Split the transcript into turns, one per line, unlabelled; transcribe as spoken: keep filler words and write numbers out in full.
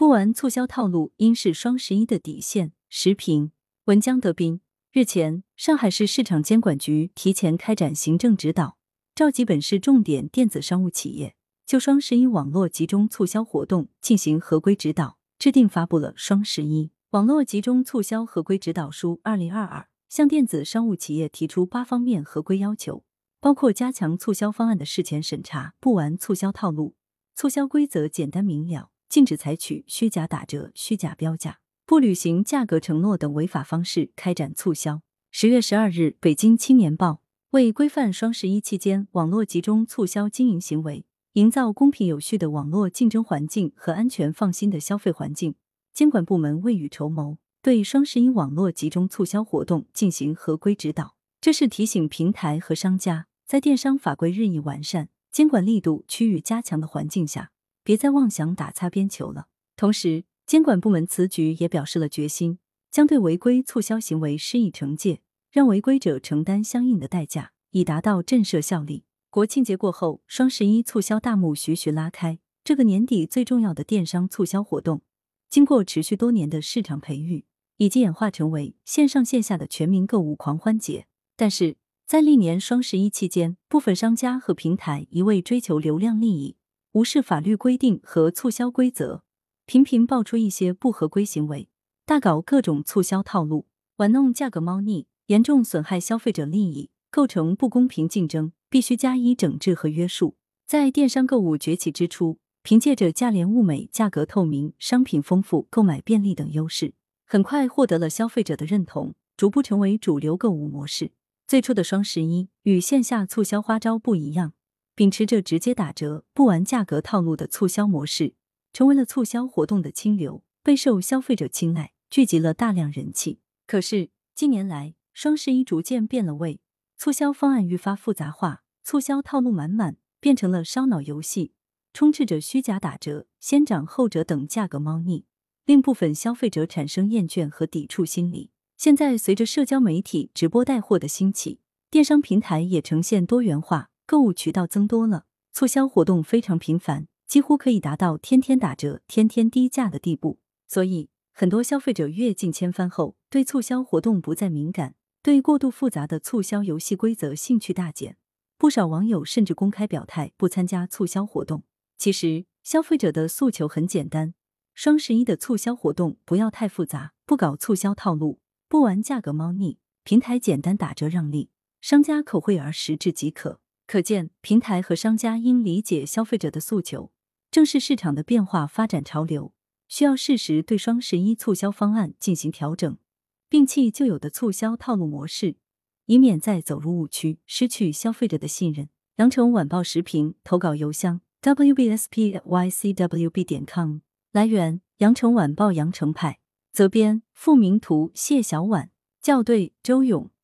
不玩促销套路应是双十一的底线。时评文江德斌。日前，上海市市场监管局提前开展行政指导，召集本市重点电子商务企业就双十一网络集中促销活动进行合规指导，制定发布了双十一网络集中促销合规指导书二零二二，向电子商务企业提出八方面合规要求，包括加强促销方案的事前审查，不玩促销套路，促销规则简单明了，禁止采取虚假打折、虚假标价、不履行价格承诺等违法方式开展促销。十月十二日，北京青年报。为规范双十一期间网络集中促销经营行为，营造公平有序的网络竞争环境和安全放心的消费环境，监管部门未雨绸缪，对双十一网络集中促销活动进行合规指导。这是提醒平台和商家，在电商法规日益完善、监管力度趋于加强的环境下，别再妄想打擦边球了。同时，监管部门此举也表示了决心，将对违规促销行为施以惩戒，让违规者承担相应的代价，以达到震慑效力。国庆节过后，双十一促销大幕徐徐拉开，这个年底最重要的电商促销活动，经过持续多年的市场培育，已经演化成为线上线下的全民购物狂欢节。但是，在历年双十一期间，部分商家和平台一味追求流量利益，无视法律规定和促销规则，频频爆出一些不合规行为，大搞各种促销套路，玩弄价格猫腻，严重损害消费者利益，构成不公平竞争，必须加以整治和约束。在电商购物崛起之初，凭借着价廉物美、价格透明、商品丰富、购买便利等优势，很快获得了消费者的认同，逐步成为主流购物模式。最初的双十一与线下促销花招不一样，秉持着直接打折、不玩价格套路的促销模式，成为了促销活动的清流，备受消费者青睐，聚集了大量人气。可是近年来，双十一逐渐变了味，促销方案愈发复杂化，促销套路满满，变成了烧脑游戏，充斥着虚假打折、先涨后折等价格猫腻，令部分消费者产生厌倦和抵触心理。现在随着社交媒体直播带货的兴起，电商平台也呈现多元化，购物渠道增多了，促销活动非常频繁，几乎可以达到天天打折、天天低价的地步。所以，很多消费者阅尽千帆后，对促销活动不再敏感，对过度复杂的促销游戏规则兴趣大减。不少网友甚至公开表态不参加促销活动。其实，消费者的诉求很简单，双十一的促销活动不要太复杂，不搞促销套路，不玩价格猫腻，平台简单打折让利，商家口惠而实质即可。可见，平台和商家应理解消费者的诉求，正视市场的变化发展潮流，需要适时对双十一促销方案进行调整，摒弃旧有的促销套路模式，以免再走入误区，失去消费者的信任。羊城晚报时评投稿邮箱 w b s p at y c w b 点 com。 来源：羊城晚报羊城派，责编：付明图，谢小婉，校对：周勇。